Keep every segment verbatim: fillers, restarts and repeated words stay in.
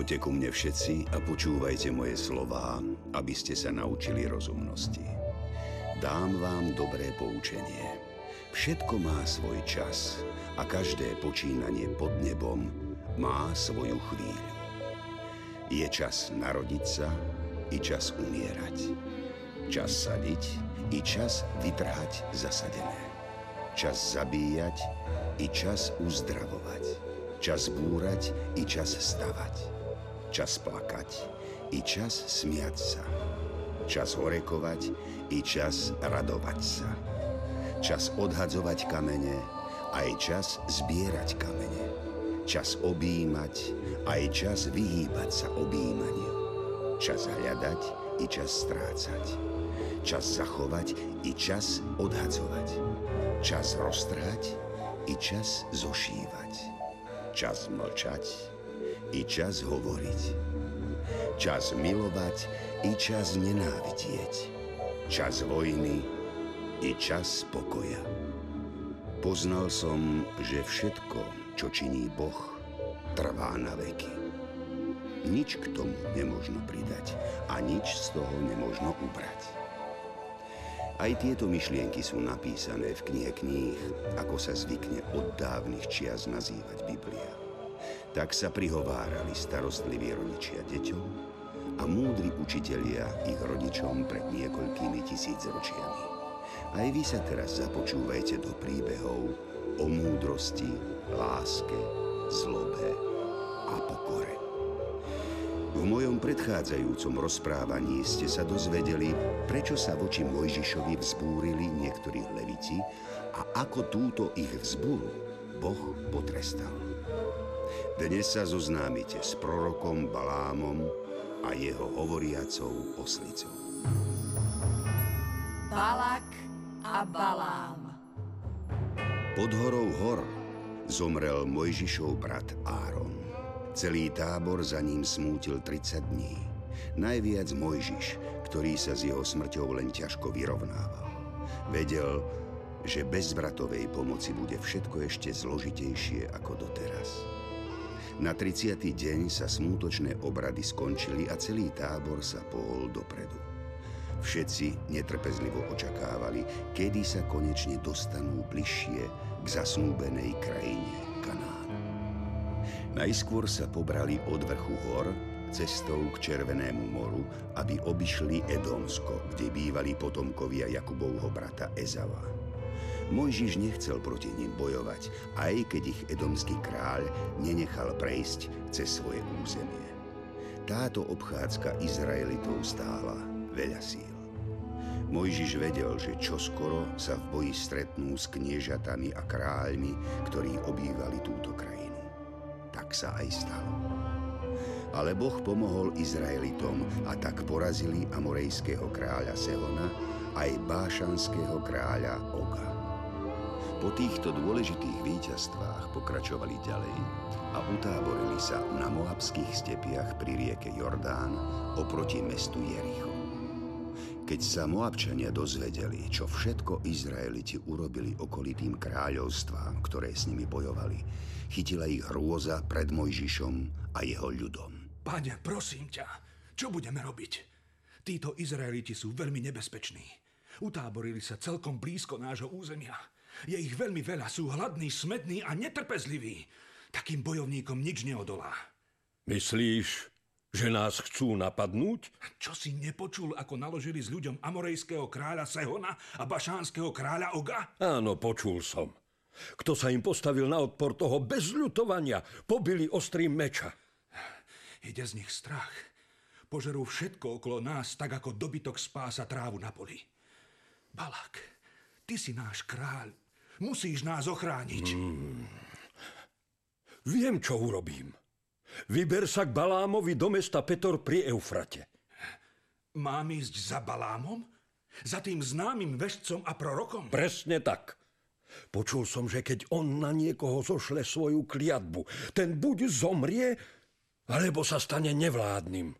Poďte ku mne všetci a počúvajte moje slová, aby ste sa naučili rozumnosti. Dám vám dobré poučenie. Všetko má svoj čas a každé počínanie pod nebom má svoju chvíľu. Je čas narodiť sa i čas umierať. Čas sadiť i čas vytrhať zasadené. Čas zabíjať i čas uzdravovať. Čas búrať i čas stavať. Čas plakať i čas smiať sa. Čas horekovať i čas radovať sa. Čas odhadzovať kamene, aj čas zbierať kamene. Čas objímať, aj čas vyhýbať sa objímaniu. Čas hľadať i čas strácať. Čas zachovať i čas odhadzovať. Čas roztrhať i čas zošívať. Čas mlčať i čas hovoriť. Čas milovať i čas nenávidieť. Čas vojny i čas pokoja. Poznal som, že všetko, čo činí Boh, trvá na veky. Nič k tomu nemožno pridať a nič z toho nemožno ubrať. Aj tieto myšlienky sú napísané v knihe kníh, ako sa zvykne od dávnych čias nazývať Biblia. Tak sa prihovárali starostliví rodičia deťom a múdri učitelia ich rodičom pred niekoľkými tisícročiami. Aj vy sa teraz započúvajte do príbehov o múdrosti, láske, zlobe a pokore. V mojom predchádzajúcom rozprávaní ste sa dozvedeli, prečo sa voči Mojžišovi vzbúrili niektorí leviti a ako túto ich vzburu Boh potrestal. Dnes sa zoznámite s prorokom Balámom a jeho hovoriacou oslicou. Balak a Balám. Pod horou hor zomrel Mojžišov brat Áron. Celý tábor za ním smútil tridsať dní. Najviac Mojžiš, ktorý sa s jeho smrťou len ťažko vyrovnával. Vedel, že bez bratovej pomoci bude všetko ešte zložitejšie ako doteraz. Na tridsiaty deň sa smútočné obrady skončili a celý tábor sa pohol dopredu. Všetci netrpezlivo očakávali, kedy sa konečne dostanú bližšie k zasnúbenej krajine Kanán. Najskôr sa pobrali od vrchu hor cestou k Červenému moru, aby obišli Edomsko, kde bývali potomkovia Jakubovho brata Ezava. Mojžiš nechcel proti ním bojovať, aj keď ich edomský kráľ nenechal prejsť cez svoje územie. Táto obchádzka Izraelitov stála veľa síl. Mojžiš vedel, že čoskoro sa v boji stretnú s kniežatami a kráľmi, ktorí obývali túto krajinu. Tak sa aj stalo. Ale Boh pomohol Izraelitom a tak porazili amorejského kráľa Sehona aj bášanského kráľa Oga. Po týchto dôležitých víťazstvách pokračovali ďalej a utáborili sa na moabských stepiach pri rieke Jordán oproti mestu Jericho. Keď sa Moabčania dozvedeli, čo všetko Izraeliti urobili okolitým kráľovstvám, ktoré s nimi bojovali, chytila ich hrôza pred Mojžišom a jeho ľudom. Pane, prosím ťa, čo budeme robiť? Títo Izraeliti sú veľmi nebezpeční. Utáborili sa celkom blízko nášho územia. Je ich veľmi veľa, sú hladní, smední a netrpezliví. Takým bojovníkom nič neodolá. Myslíš, že nás chcú napadnúť? Čo si nepočul, ako naložili s ľuďom amorejského kráľa Sehona a bašánskeho kráľa Oga? Áno, počul som. Kto sa im postavil na odpor, toho bez ľutovania pobili ostrým meča. Ide z nich strach. Požerú všetko okolo nás, tak ako dobytok spása trávu na poli. Balak, ty si náš kráľ. Musíš nás ochrániť. Hmm. Viem, čo urobím. Vyber sa k Balámovi do mesta Petor pri Eufrate. Mám ísť za Balámom? Za tým známym vešcom a prorokom? Presne tak. Počul som, že keď on na niekoho zošle svoju kliatbu, ten buď zomrie, alebo sa stane nevládnym.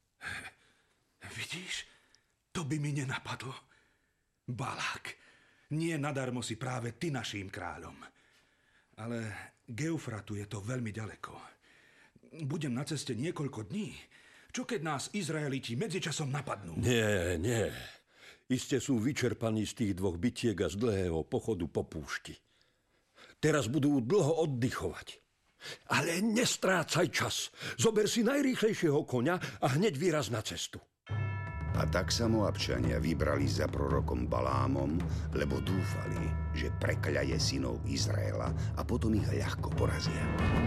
Vidíš? To by mi nenapadlo. Balák, nie nadarmo si práve ty naším kráľom. Ale k Eufratu je to veľmi ďaleko. budem na ceste niekoľko dní. Čo keď nás Izraeliti medzičasom napadnú? Nie, nie. Iste sú vyčerpaní z tých dvoch bitiek a z dlhého pochodu po púšti. Teraz budú dlho oddychovať. Ale nestrácaj čas. Zober si najrýchlejšieho koňa a hneď vyraz na cestu. A tak sa Moabčania vybrali za prorokom Balámom, lebo dúfali, že prekľaje synov Izraela a potom ich ľahko porazia.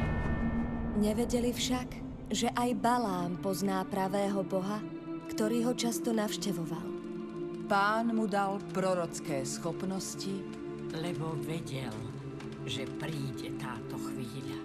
Nevedeli však, že aj Balám pozná pravého Boha, ktorý ho často navštevoval. Pán mu dal prorocké schopnosti, lebo vedel, že príde táto chvíľa.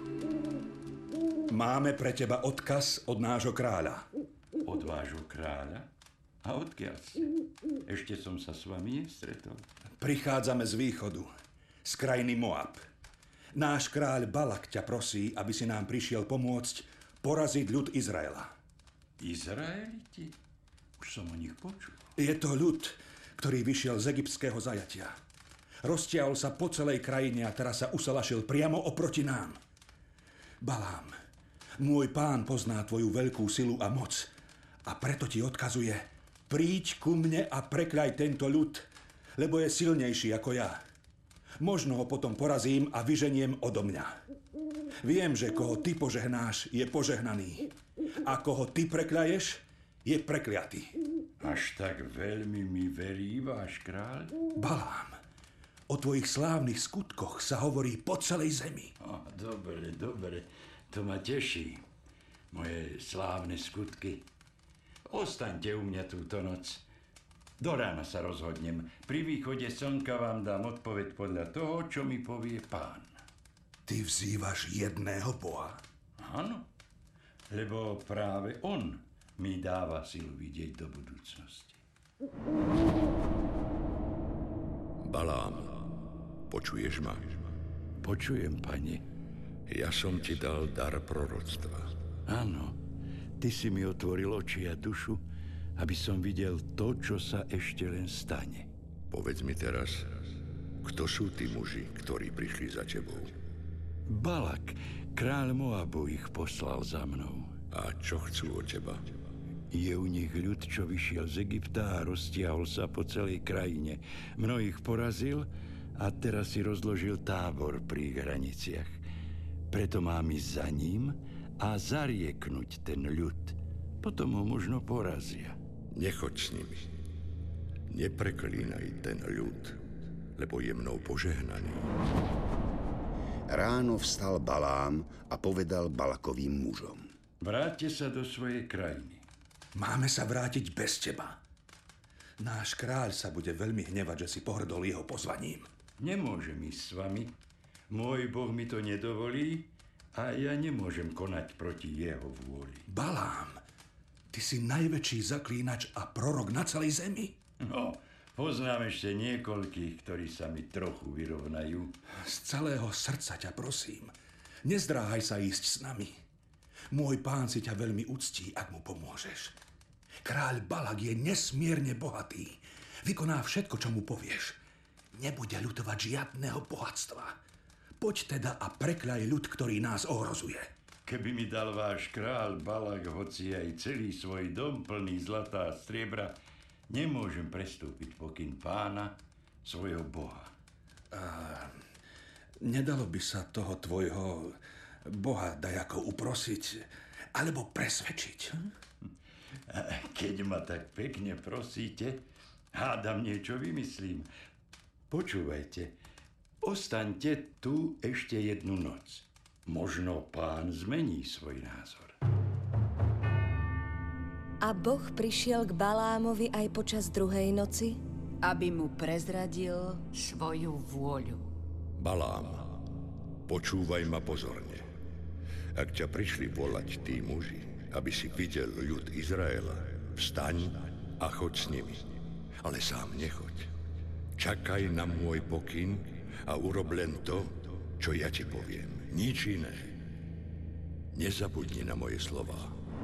Máme pre teba odkaz od nášho kráľa. Od vášho kráľa? A odkiaľ ste? Ešte som sa s vami nestretol. Prichádzame z východu, z krajiny Moab. Náš kráľ Balak ťa prosí, aby si nám prišiel pomôcť poraziť ľud Izraela. Izraeliti? Už som o nich počul. Je to ľud, ktorý vyšiel z egyptského zajatia. Roztiahol sa po celej krajine a teraz sa usalašil priamo oproti nám. Balám, môj pán pozná tvoju veľkú silu a moc a preto ti odkazuje: príď ku mne a prekľaj tento ľud, lebo je silnejší ako ja. Možno ho potom porazím a vyženiem odo mňa. Viem, že koho ty požehnáš, je požehnaný. A koho ty prekľaješ, je prekliatý. Až tak veľmi mi verí váš kráľ? Balám, o tvojich slávnych skutkoch sa hovorí po celej zemi. Oh, dobre, dobre, to ma teší. Moje slávne skutky. Ostaňte u mňa túto noc. Do rána sa rozhodnem. Pri východe slnka vám dám odpoveď podľa toho, čo mi povie pán. Ty vzývaš jedného Boha? Áno, lebo práve on mi dáva silu vidieť do budúcnosti. Balám, počuješ ma? Počujem, pani. Ja som ti dal dar proroctva. Áno. Ty si mi otvoril oči a dušu, aby som videl to, čo sa ešte len stane. Povedz mi teraz, kto sú tí muži, ktorí prišli za tebou? Balak, kráľ Moabu, ich poslal za mnou. A čo chcú od teba? Je u nich ľud, čo vyšiel z Egypta a roztiahol sa po celej krajine. Mnohých porazil a teraz si rozložil tábor pri ich hraniciach. Preto mám ísť za ním a zarieknúť ten ľud. Potom ho možno porazia. Nechoď s nimi. Nepreklínaj ten ľud, lebo je mnou požehnaný. Ráno vstal Balám a povedal Balakovým mužom: Vráťte sa do svojej krajiny. Máme sa vrátiť bez teba. Náš kráľ sa bude veľmi hnevať, že si pohrdol jeho pozvaním. Nemôžem ísť s vami. Môj Boh mi to nedovolí a ja nemôžem konať proti jeho vôli. Balám, ty si najväčší zaklínač a prorok na celej zemi. No, poznám ešte niekoľkých, ktorí sa mi trochu vyrovnajú. Z celého srdca ťa prosím, nezdráhaj sa ísť s nami. Môj pán si ťa veľmi uctí, ak mu pomôžeš. Kráľ Balak je nesmierne bohatý. Vykoná všetko, čo mu povieš. Nebude ľutovať žiadneho bohatstva. Poď teda a prekľaj ľud, ktorý nás ohrozuje. Keby mi dal váš kráľ Balak hoci aj celý svoj dom plný zlata a striebra, nemôžem prestúpiť pokyn pána, svojho Boha. A nedalo by sa toho tvojho Boha dajako uprosiť, alebo presvedčiť? Hm? Keď ma tak pekne prosíte, hádam niečo vymyslím. Počúvajte, ostaňte tu ešte jednu noc. Možno pán zmení svoj názor. A Boh prišiel k Balámovi aj počas druhej noci, aby mu prezradil svoju vôľu. Balám, počúvaj ma pozorne. Ak ťa prišli volať tí muži, aby si videl ľud Izraela, vstaň a choď s nimi. Ale sám nechoď. Čakaj na môj pokyn a urob len to, čo ja ti poviem. Nič iné. Nezabudni na moje slová.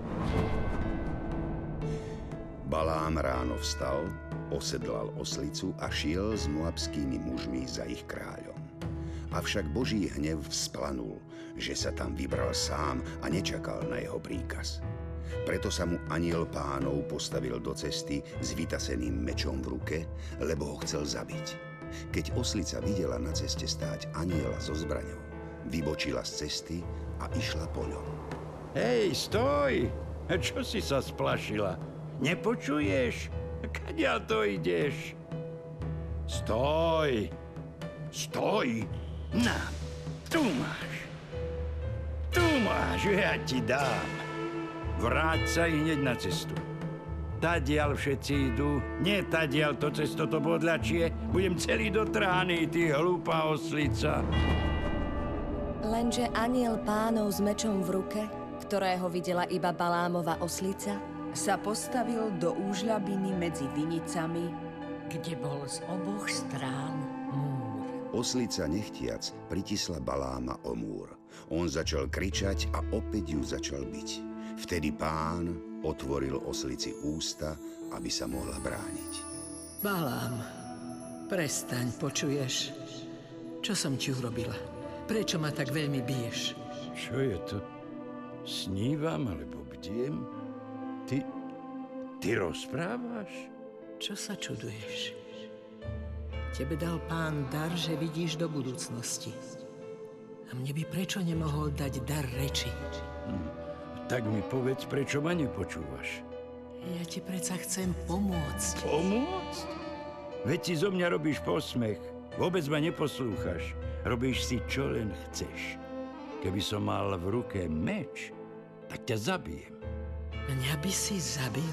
Balám ráno vstal, osedlal oslicu a šiel s moabskými mužmi za ich kráľom. Avšak Boží hnev vzplanul, že sa tam vybral sám a nečakal na jeho príkaz. Preto sa mu anjel Pánov postavil do cesty s vytaseným mečom v ruke, lebo ho chcel zabiť. Keď oslica videla na ceste stáť anjela so zbraňou, vybočila z cesty a išla po ňom. Hej, stoj! Čo si sa splašila? Nepočuješ? Kadiaľ to ideš? Stoj! Stoj! Na, tu máš. Tu máš, ja ti dám. Vráť sa hneď na cestu. Tadiaľ všetci idú, nie tadiaľ to cesto to bodľačie. Budem celý dotrhaný, ty hlúpa oslica. Lenže anjel Pánov s mečom v ruke, ktorého videla iba Balámova oslica, sa postavil do úžľabiny medzi vinicami, kde bol z oboch strán múr. Oslica nechtiac pritisla Baláma o múr. On začal kričať a opäť ju začal byť. Vtedy Pán otvoril oslici ústa, aby sa mohla brániť. Balám, prestaň, počuješ? Čo som ti urobila? Prečo ma tak veľmi biješ? Čo je to? Snívam alebo bdiem? Ty... ty rozprávaš? Čo sa čuduješ? Tebe dal Pán dar, že vidíš do budúcnosti. A mne by prečo nemohol dať dar reči? Hm. Tak mi povedz, prečo ma nepočúvaš? Ja ti predsa chcem pomôcť. Pomôcť? Veď si zo mňa robíš posmech. Vôbec ma neposlúchaš. Robíš si, čo len chceš. Keby som mal v ruke meč, tak ťa zabijem. Mňa by si zabil?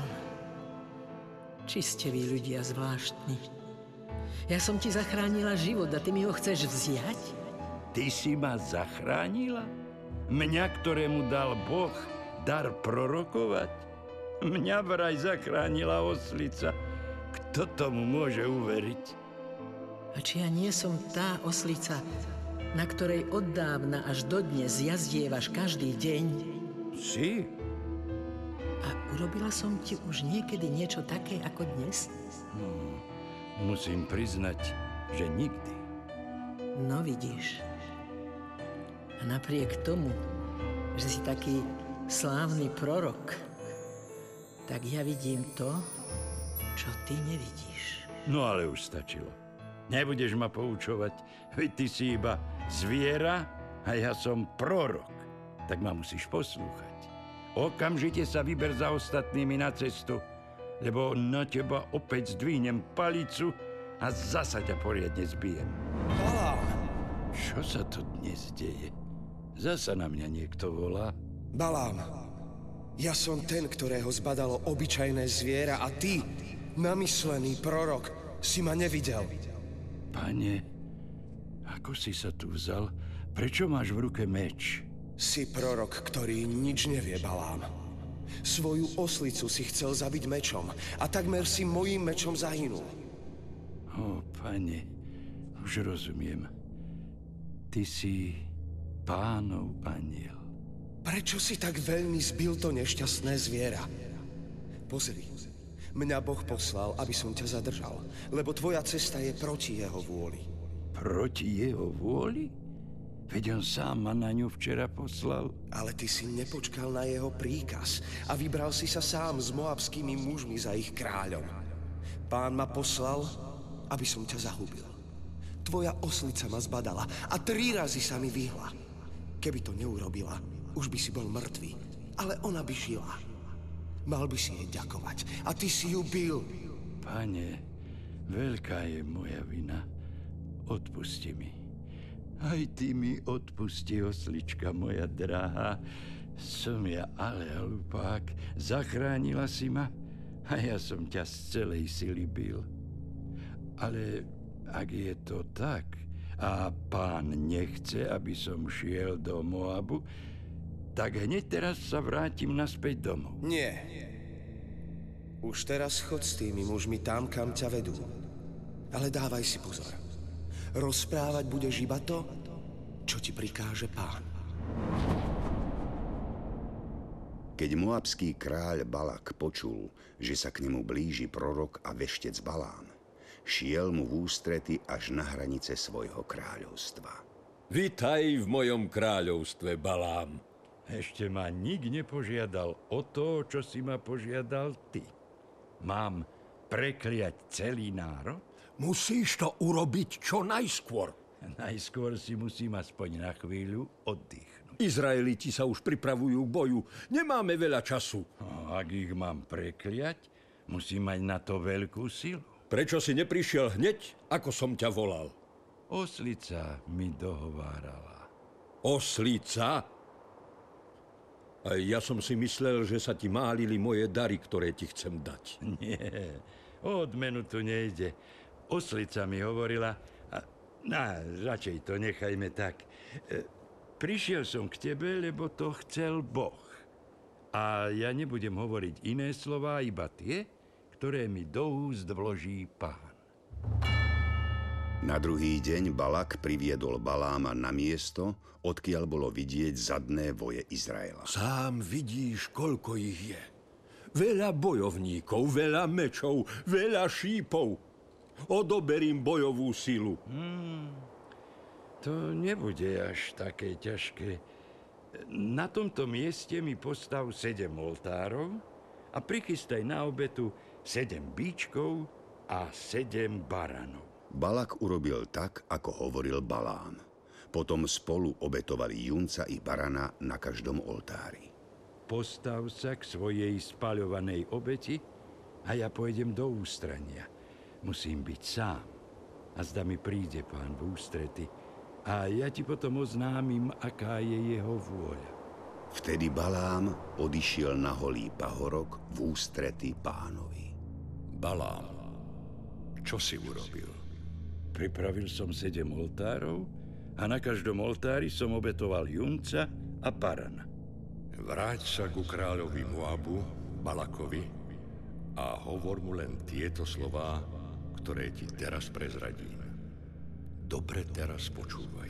Či ste vy ľudia zvláštni? Ja som ti zachránila život a ty mi ho chceš vziať? Ty si ma zachránila? Mňa, ktorému dal Boh dar prorokovať? Mňa vraj zachránila oslica. Kto tomu môže uveriť? A či ja nie som tá oslica, na ktorej od dávna až dodnes jazdievaš každý deň? Si? A urobila som ti už niekedy niečo také ako dnes? Hmm, musím priznať, že nikdy. No vidíš. A napriek tomu, že si taký slávny prorok, tak ja vidím to, čo ty nevidíš. No ale už stačilo. Nebudeš ma poučovať, veď ty si iba zviera a ja som prorok. Tak ma musíš poslúchať. Okamžite sa vyber za ostatnými na cestu, lebo na teba opäť zdvihnem palicu a zasa ťa poriadne zbijem. Balám! Čo sa to dnes deje? Zasa na mňa niekto volá. Balám, ja som ten, ktorého zbadalo obyčajné zviera a ty, namyslený prorok, si ma nevidel. Pane, ako si sa tu vzal? Prečo máš v ruke meč? Si prorok, ktorý nič nevie, Balám. Svoju oslicu si chcel zabiť mečom a takmer si mojím mečom zahynul. Ó, pane, už rozumiem. Ty si Pánov anjel. Prečo si tak veľmi zbil to nešťastné zviera? Pozri, mňa Boh poslal, aby som ťa zadržal, lebo tvoja cesta je proti jeho vôli. Proti jeho vôli? Veď on sám ma na ňu včera poslal. Ale ty si nepočkal na jeho príkaz a vybral si sa sám s moabskými mužmi za ich kráľom. Pán ma poslal, aby som ťa zahubil. Tvoja oslica ma zbadala a tri razy sa mi vyhla. Keby to neurobila, už by si bol mŕtvý, ale ona by žila. Mal by si jej ďakovať a ty si ju bil. Pane, veľká je moja vina. Odpusti mi. Aj ty mi odpusti, oslička moja drahá. Som ja ale hlupák. Zachránila si ma a ja som ťa z celej sily bil. Ale ak je to tak a Pán nechce, aby som šiel do Moabu, tak hneď teraz sa vrátim naspäť domov. Nie. Už teraz chod s tými mužmi tam, kam ťa vedú. Ale dávaj si pozor. Rozprávať budeš iba to, čo ti prikáže Pán. Keď moabský kráľ Balak počul, že sa k nemu blíži prorok a veštec Balám, šiel mu v ústrety až na hranice svojho kráľovstva. Vitaj v mojom kráľovstve, Balám. Ešte ma nik nepožiadal o to, čo si ma požiadal ty. Mám prekliať celý národ? Musíš to urobiť čo najskôr. Najskôr si musím aspoň na chvíľu oddychnúť. Izraeliti sa už pripravujú k boju. Nemáme veľa času. No, ak ich mám prekliať, musím mať na to veľkú silu. Prečo si neprišiel hneď, ako som ťa volal? Oslica mi dohovárala. Oslica? A ja som si myslel, že sa ti málili moje dary, ktoré ti chcem dať. Nie, o odmenu tu nejde. Oslica mi hovorila, a, na, radšej to nechajme tak. E, prišiel som k tebe, lebo to chcel Boh. A ja nebudem hovoriť iné slová, iba tie, ktoré mi do úst vloží Pán. Na druhý deň Balak priviedol Baláma na miesto, odkiaľ bolo vidieť zadné voje Izraela. Sám vidíš, koľko ich je. Veľa bojovníkov, veľa mečov, veľa šípov. Odoberím bojovú silu. Hmm, to nebude až také ťažké. Na tomto mieste mi postav sedem oltárov a prichystaj na obetu sedem bíčkov a sedem baranov. Balak urobil tak, ako hovoril Balám. Potom spolu obetovali junca i barana na každom oltári. Postav sa k svojej spaľovanej obeti a ja pôjdem do ústrania. Musím byť sám. A zda mi príde Pán v ústrety a ja ti potom oznámim, aká je jeho vôľa. Vtedy Balám odišiel na holý pahorok v ústrety Pánovi. Balám, čo si urobil? Pripravil som sedem oltárov a na každom oltári som obetoval junca a barana. Vráť sa ku kráľovi Moabu, Balakovi, a hovor mu len tieto slová, ktoré ti teraz prezradím. Dobre teraz počúvaj.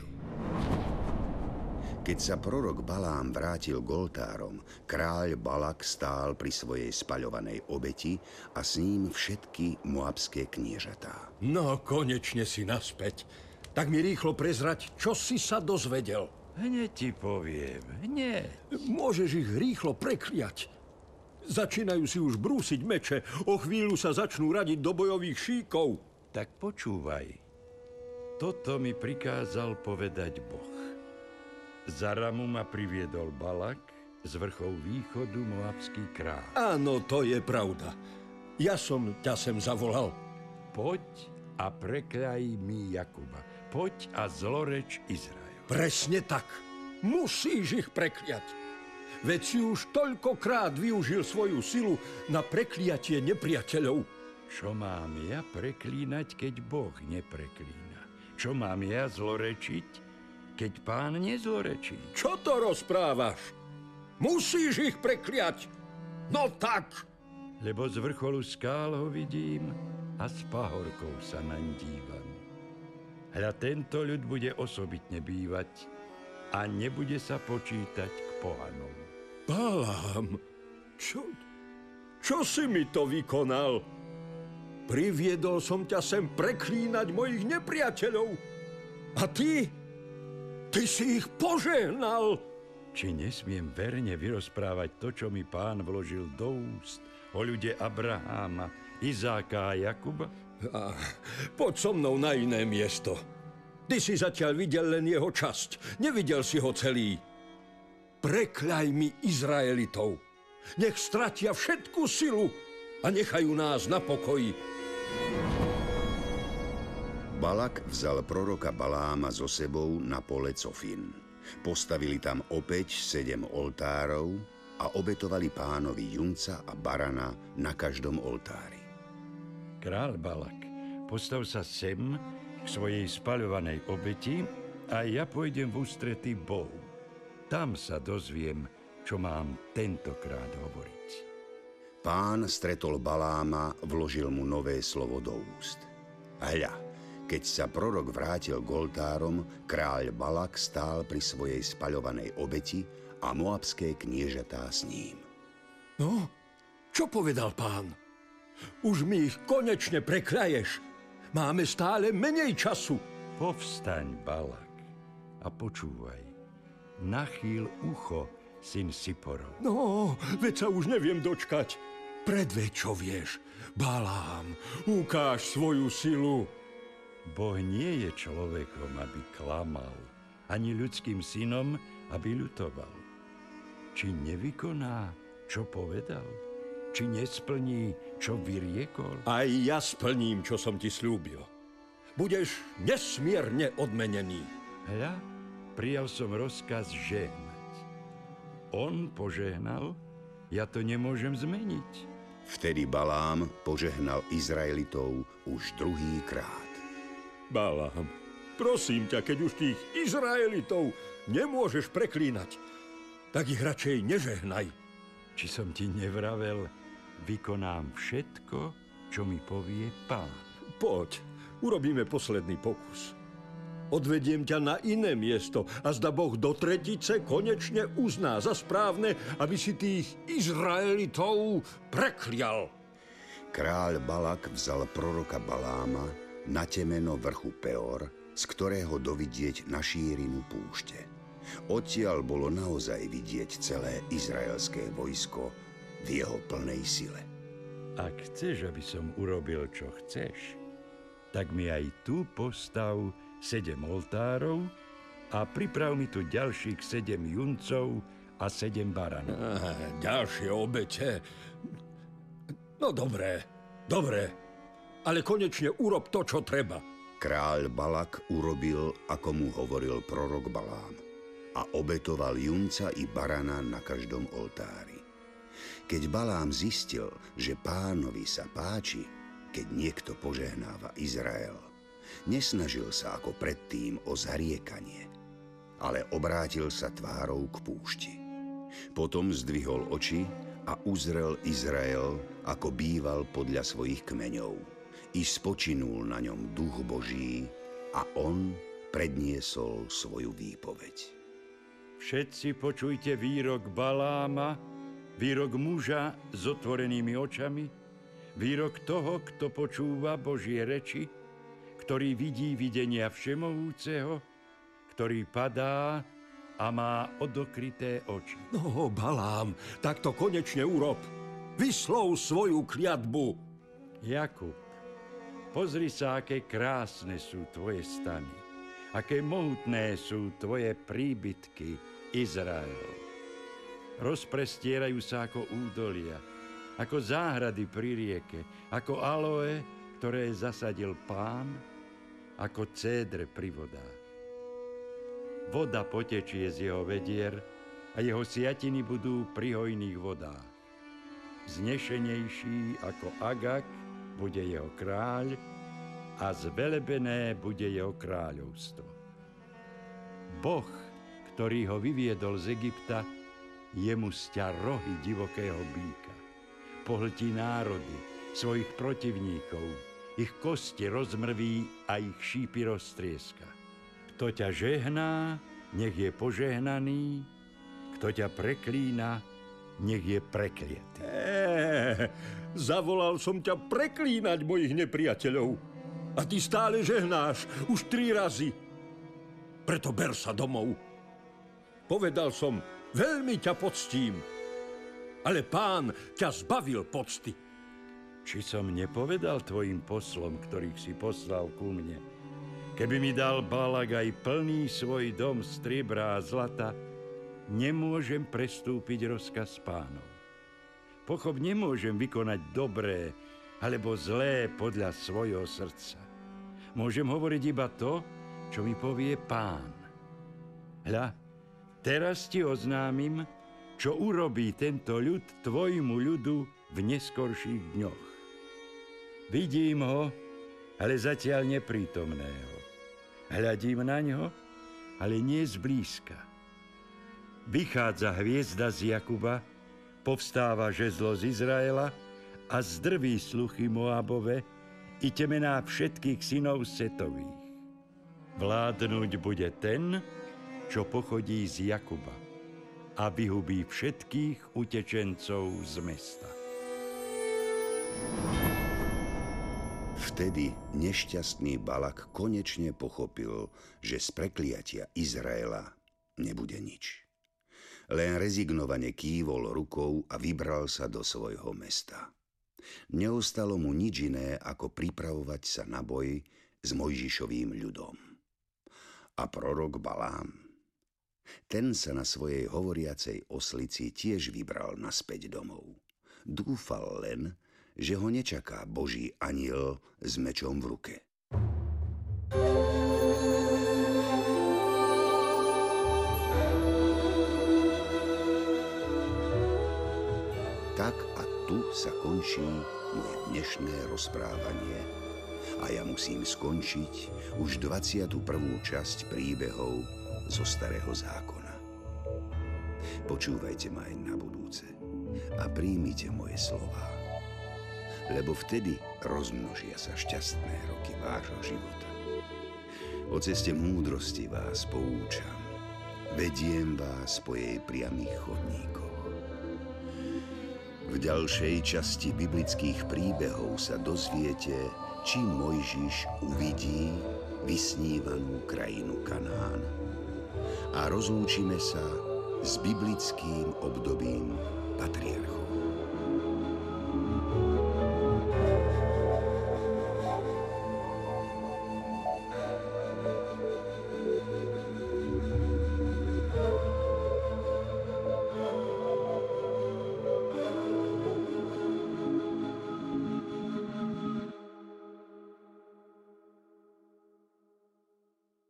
Keď sa prorok Balám vrátil k oltárom, kráľ Balak stál pri svojej spaľovanej obeti a s ním všetky moabské kniežatá. No, konečne si naspäť. Tak mi rýchlo prezrať, čo si sa dozvedel. Hneď ti poviem, hneď. Môžeš ich rýchlo prekliať. Začínajú si už brúsiť meče, o chvíľu sa začnú radiť do bojových šíkov. Tak počúvaj. Toto mi prikázal povedať Boh. Za ramu ma priviedol Balak, z vrchov východu moabský kráľ. Áno, to je pravda. Ja som ťa sem zavolal. Poď a prekľaj mi Jakuba. Poď a zloreč Izrael. Presne tak. Musíš ich prekliať. Veď si už toľkokrát využil svoju silu na prekliatie nepriateľov. Čo mám ja preklínať, keď Boh nepreklína? Čo mám ja zlorečiť, keď Pán nezlorečí? Čo to rozprávaš? Musíš ich prekliať. No tak. Lebo z vrcholu skál ho vidím a s pahorkou sa naň dívam. Hľa tento ľud bude osobitne bývať a nebude sa počítať k pohanom. Balám, čo, čo si mi to vykonal? Priviedol som ťa sem preklínať mojich nepriateľov. A ty... Ty si ich požehnal! Či nesmiem verne vyrozprávať to, čo mi Pán vložil do úst o ľude Abraháma, Izáka a Jakuba? A, poď so mnou na iné miesto. Ty si zatiaľ videl len jeho časť. Nevidel si ho celý. Prekľaj mi Izraelitov. Nech stratia všetku silu a nechajú nás na pokoji. Balak vzal proroka Baláma so sebou na pole Cofin. Postavili tam opäť sedem oltárov a obetovali Pánovi junca a barana na každom oltári. Král Balak, postav sa sem k svojej spaľovanej obeti a ja pôjdem v ústrety Bohu. Tam sa dozviem, čo mám tentokrát hovoriť. Pán stretol Baláma, vložil mu nové slovo do úst. Hľa, keď sa prorok vrátil k oltárom, kráľ Balak stál pri svojej spaľovanej obeti a moabské kniežatá s ním. No, čo povedal Pán? Už mi ich konečne prekľaješ. Máme stále menej času. Povstaň, Balak. a počúvaj. Nachýl ucho, syn Siporov. No, veď sa už neviem dočkať. Predveď, čo vieš. Balám, ukáž svoju silu. Boh nie je človekom, aby klamal, ani ľudským synom, aby ľutoval. Či nevykoná, čo povedal? Či nesplní, čo vyriekol? Aj ja splním, čo som ti slúbil. Budeš nesmierne odmenený. Hľa, prijal som rozkaz žehnať. On požehnal, ja to nemôžem zmeniť. Vtedy Balám požehnal Izraelitov už druhý krát. Balám, prosím ťa, keď už tých Izraelitov nemôžeš preklínať, tak ich radšej nežehnaj. Či som ti nevravel, vykonám všetko, čo mi povie Pán. Poď, urobíme posledný pokus. Odvediem ťa na iné miesto a zda Boh do tretice konečne uzná za správne, aby si tých Izraelitov preklial. Kráľ Balak vzal proroka Baláma na temeno vrchu Peor, z ktorého dovidieť na šírinu púšte. Odtiaľ bolo naozaj vidieť celé izraelské vojsko v jeho plnej sile. Ak chceš, aby som urobil, čo chceš, tak mi aj tu postav sedem oltárov a priprav mi tu ďalších sedem juncov a sedem baranov. Ah, ďalšie obete. No dobré, dobré, ale konečne urob to, čo treba. Kráľ Balak urobil, ako mu hovoril prorok Balám, a obetoval junca i barana na každom oltári. Keď Balám zistil, že Pánovi sa páči, keď niekto požehnáva Izrael, nesnažil sa ako predtým o zariekanie, ale obrátil sa tvárou k púšti. Potom zdvihol oči a uzrel Izrael, ako býval podľa svojich kmeňov. I spočinul na ňom duch Boží a on predniesol svoju výpoveď. Všetci počujte výrok Baláma, výrok muža s otvorenými očami, výrok toho, kto počúva Božie reči, ktorý vidí videnia Všemohúceho, ktorý padá a má odokryté oči. No, Balám, tak to konečne urob. Vyslov svoju kliatbu. Jakub, pozri sa, aké krásne sú tvoje stany, aké mohutné sú tvoje príbytky, Izrael. Rozprestierajú sa ako údolia, ako záhrady pri rieke, ako aloe, ktoré zasadil Pán, ako cédre pri vodách. Voda potečie z jeho vedier a jeho siatiny budú pri hojných vodách. Znešenejší ako Agag bude jeho kráľ a zvelebené bude jeho kráľovstvo. Boh, ktorý ho vyviedol z Egypta, jemu sťa rohy divokého býka. Pohltí národy, svojich protivníkov, ich kosti rozmrví a ich šípy roztrieska. Kto ťa žehná, nech je požehnaný, kto ťa preklína, nech je prekliatý. Eee, zavolal som ťa preklínať mojich nepriateľov. A ty stále žehnáš, už tri razy. Preto ber sa domov. Povedal som, veľmi ťa poctím, ale Pán ťa zbavil pocty. Či som nepovedal tvojim poslom, ktorých si poslal ku mne? Keby mi dal Balak aj plný svoj dom striebra a zlata, nemôžem prestúpiť rozkaz Pánov. Pochop, nemôžem vykonať dobré alebo zlé podľa svojho srdca. Môžem hovoriť iba to, čo mi povie Pán. Hľa, teraz ti oznámim, čo urobí tento ľud tvojmu ľudu v neskorších dňoch. Vidím ho, ale zatiaľ neprítomného. Hľadím na ňo, ale nie zblízka. Vychádza hviezda z Jakuba, povstáva žezlo z Izraela a zdrví sluchy Moabove i temená všetkých synov Setových. Vládnuť bude ten, čo pochodí z Jakuba a vyhubí všetkých utečencov z mesta. Vtedy nešťastný Balak konečne pochopil, že z prekliatia Izraela nebude nič. Len rezignovane kývol rukou a vybral sa do svojho mesta. Neostalo mu nič iné, ako pripravovať sa na boj s Mojžišovým ľudom. A prorok Balám, ten sa na svojej hovoriacej oslici tiež vybral naspäť domov. Dúfal len, že ho nečaká Boží anjel s mečom v ruke. Tak a tu sa končí moje dnešné rozprávanie a ja musím skončiť už dvadsiatu prvú časť príbehov zo Starého zákona. Počúvajte ma aj na budúce a príjmite moje slová, lebo vtedy rozmnožia sa šťastné roky vášho života. O ceste múdrosti vás poučam, vediem vás po jej priamých chodníkoch. V ďalšej časti biblických príbehov sa dozviete, či Mojžiš uvidí vysnívanú krajinu Kanán a rozlúčime sa s biblickým obdobím patriarchov.